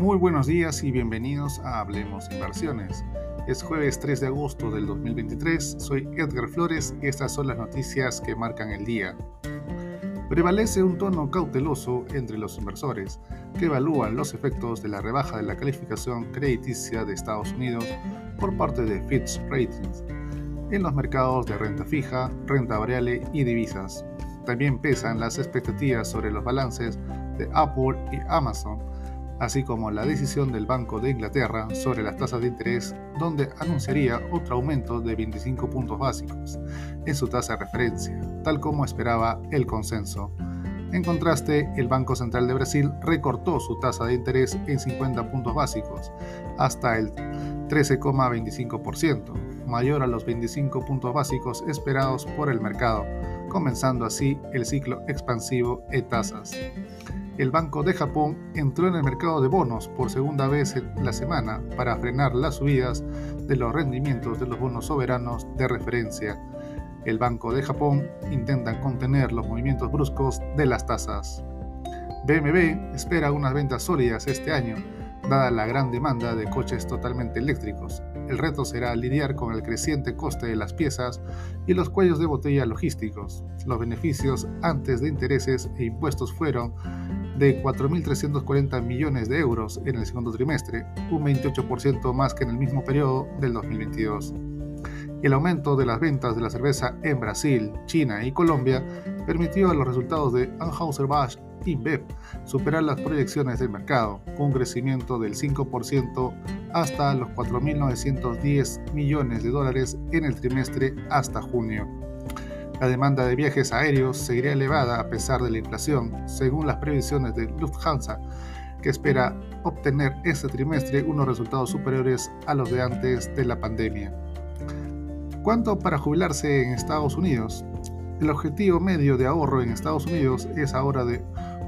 Muy buenos días y bienvenidos a Hablemos Inversiones. Es jueves 3 de agosto del 2023, soy Edgar Flores y estas son las noticias que marcan el día. Prevalece un tono cauteloso entre los inversores que evalúan los efectos de la rebaja de la calificación crediticia de Estados Unidos por parte de Fitch Ratings en los mercados de renta fija, renta variable y divisas. También pesan las expectativas sobre los balances de Apple y Amazon, así como la decisión del Banco de Inglaterra sobre las tasas de interés, donde anunciaría otro aumento de 25 puntos básicos en su tasa de referencia, tal como esperaba el consenso. En contraste, el Banco Central de Brasil recortó su tasa de interés en 50 puntos básicos, hasta el 13,25%, mayor a los 25 puntos básicos esperados por el mercado, comenzando así el ciclo expansivo en tasas. El Banco de Japón entró en el mercado de bonos por segunda vez en la semana para frenar las subidas de los rendimientos de los bonos soberanos de referencia. El Banco de Japón intenta contener los movimientos bruscos de las tasas. BMW espera unas ventas sólidas este año, dada la gran demanda de coches totalmente eléctricos. El reto será lidiar con el creciente coste de las piezas y los cuellos de botella logísticos. Los beneficios antes de intereses e impuestos fueron de 4.340 millones de euros en el segundo trimestre, un 28% más que en el mismo periodo del 2022. El aumento de las ventas de la cerveza en Brasil, China y Colombia permitió a los resultados de Anheuser-Busch InBev superar las proyecciones del mercado, con un crecimiento del 5% hasta los 4.910 millones de dólares en el trimestre hasta junio. La demanda de viajes aéreos seguirá elevada a pesar de la inflación, según las previsiones de Lufthansa, que espera obtener este trimestre unos resultados superiores a los de antes de la pandemia. ¿Cuánto para jubilarse en Estados Unidos? El objetivo medio de ahorro en Estados Unidos es ahora de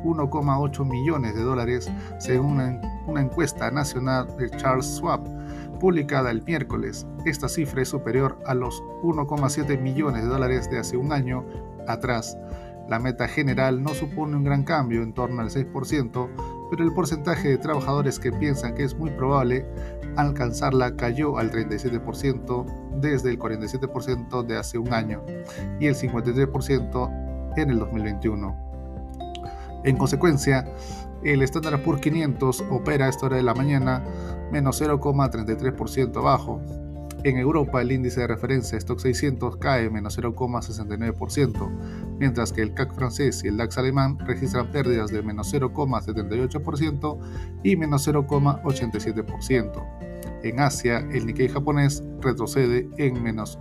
1,8 millones de dólares, según una encuesta nacional de Charles Schwab, publicada el miércoles. Esta cifra es superior a los 1,7 millones de dólares de hace un año atrás. La meta general no supone un gran cambio, en torno al 6%, pero el porcentaje de trabajadores que piensan que es muy probable alcanzarla cayó al 37% desde el 47% de hace un año y el 53% en el 2021. En consecuencia, el Standard & Poor's 500 opera a esta hora de la mañana menos 0,33% abajo. En Europa, el índice de referencia Stoxx 600 cae menos 0,69%, mientras que el CAC francés y el DAX alemán registran pérdidas de menos 0,78% y menos 0,87%. En Asia, el Nikkei japonés retrocede en menos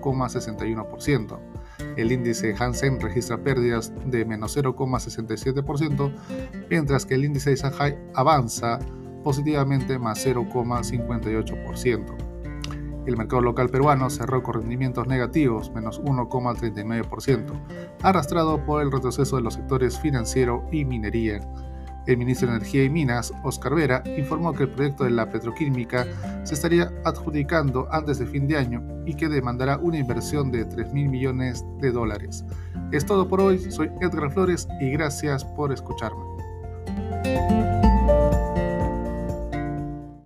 1,61%. El índice Hansen registra pérdidas de menos 0,67%, mientras que el índice de Shanghai avanza positivamente más 0,58%. El mercado local peruano cerró con rendimientos negativos, menos 1,39%, arrastrado por el retroceso de los sectores financiero y minería. El ministro de Energía y Minas, Óscar Vera, informó que el proyecto de la petroquímica se estaría adjudicando antes de fin de año y que demandará una inversión de 3.000 millones de dólares. Es todo por hoy, soy Edgar Flores y gracias por escucharme.